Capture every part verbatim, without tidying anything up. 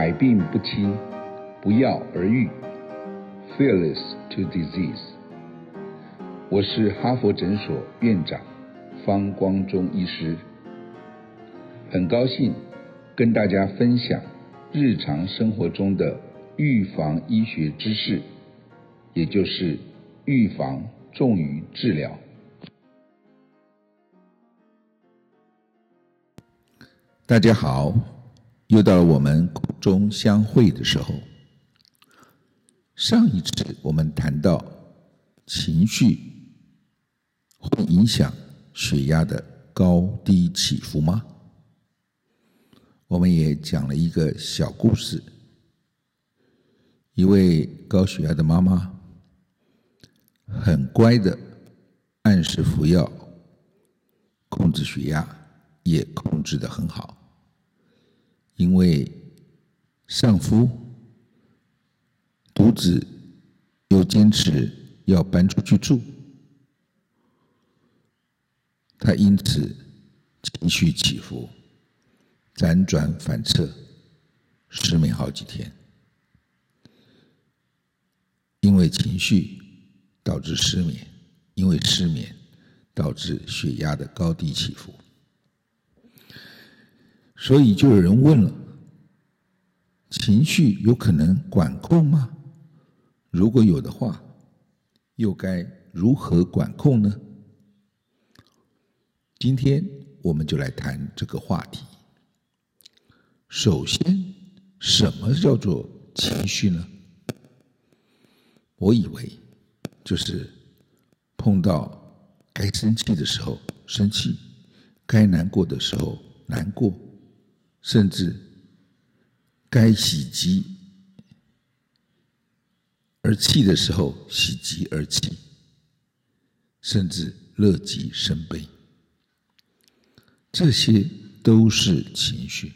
百病不侵，不药而愈 Fearless to Disease。 我是哈佛诊所院长方光宗医师，很高兴跟大家分享日常生活中的预防医学知识，也就是预防重于治疗。大家好，又到了我们空中相会的时候。上一次我们谈到情绪会影响血压的高低起伏吗？我们也讲了一个小故事，一位高血压的妈妈很乖的按时服药，控制血压，也控制得很好。因为丈夫独子又坚持要搬出去住，她因此情绪起伏，辗转反侧，失眠好几天。因为情绪导致失眠，因为失眠导致血压的高低起伏。所以就有人问了，情绪有可能管控吗？如果有的话，又该如何管控呢？今天我们就来谈这个话题。首先，什么叫做情绪呢？我以为就是碰到该生气的时候生气，该难过的时候难过，甚至该喜极而泣的时候喜极而泣，甚至乐极生悲，这些都是情绪。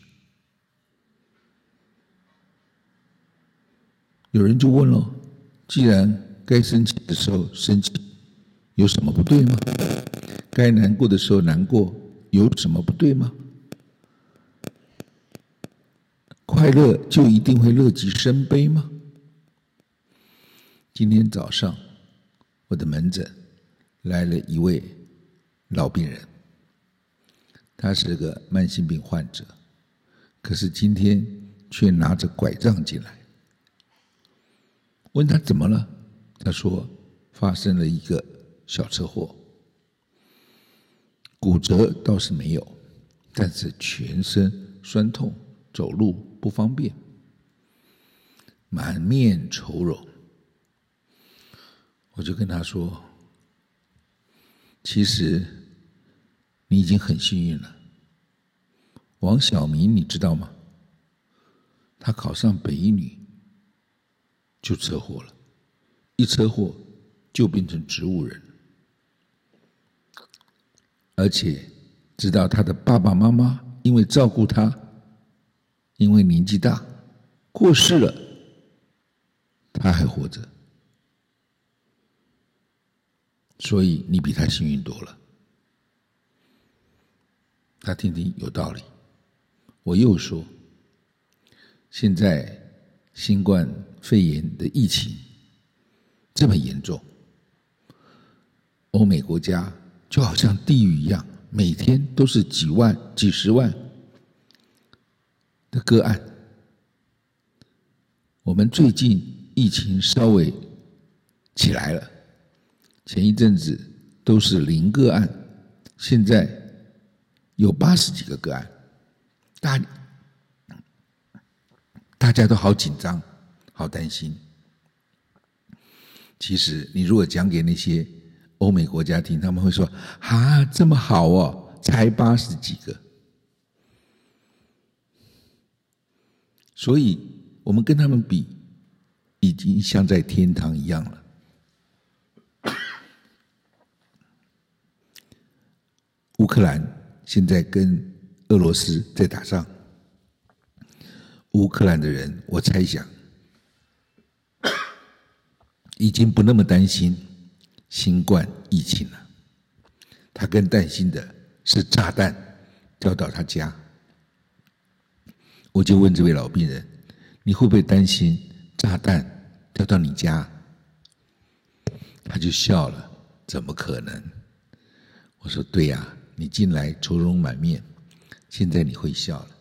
有人就问了，既然该生气的时候生气，有什么不对吗？该难过的时候难过，有什么不对吗？快乐就一定会乐极生悲吗？今天早上我的门诊来了一位老病人，他是个慢性病患者，可是今天却拿着拐杖进来。问他怎么了，他说发生了一个小车祸，骨折倒是没有，但是全身酸痛，走路不方便，满面愁容。我就跟他说，其实你已经很幸运了。王晓明你知道吗？他考上北一女就车祸了，一车祸就变成植物人，而且知道他的爸爸妈妈因为照顾他，因为年纪大过世了，他还活着。所以你比他幸运多了。他听听有道理。我又说，现在新冠肺炎的疫情这么严重，欧美国家就好像地狱一样，每天都是几万几十万的个案。我们最近疫情稍微起来了，前一阵子都是零个案，现在有八十几个个案，大大家都好紧张，好担心。其实你如果讲给那些欧美国家听，他们会说啊，这么好哦，才八十几个。所以我们跟他们比，已经像在天堂一样了。乌克兰现在跟俄罗斯在打仗，乌克兰的人我猜想已经不那么担心新冠疫情了，他更担心的是炸弹掉到他家。我就问这位老病人， 你会不会担心炸弹掉到你家？他就笑了，怎么可能？我说对呀、啊，你进来愁容满面，现在你会笑了。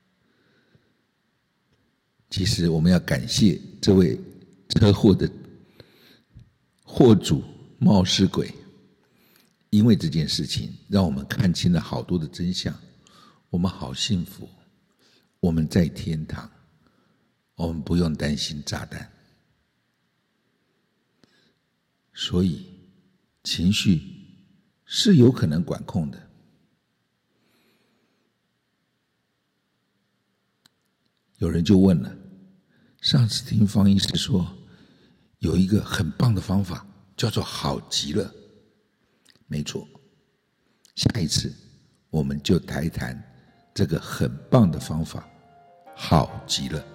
其实我们要感谢这位车祸的祸主冒失鬼，因为这件事情让我们看清了好多的真相，我们好幸福，我们在天堂，我们不用担心炸弹。所以情绪是有可能管控的。有人就问了，上次听方医师说有一个很棒的方法叫做好极了。没错，下一次我们就谈一谈这个很棒的方法，好极了。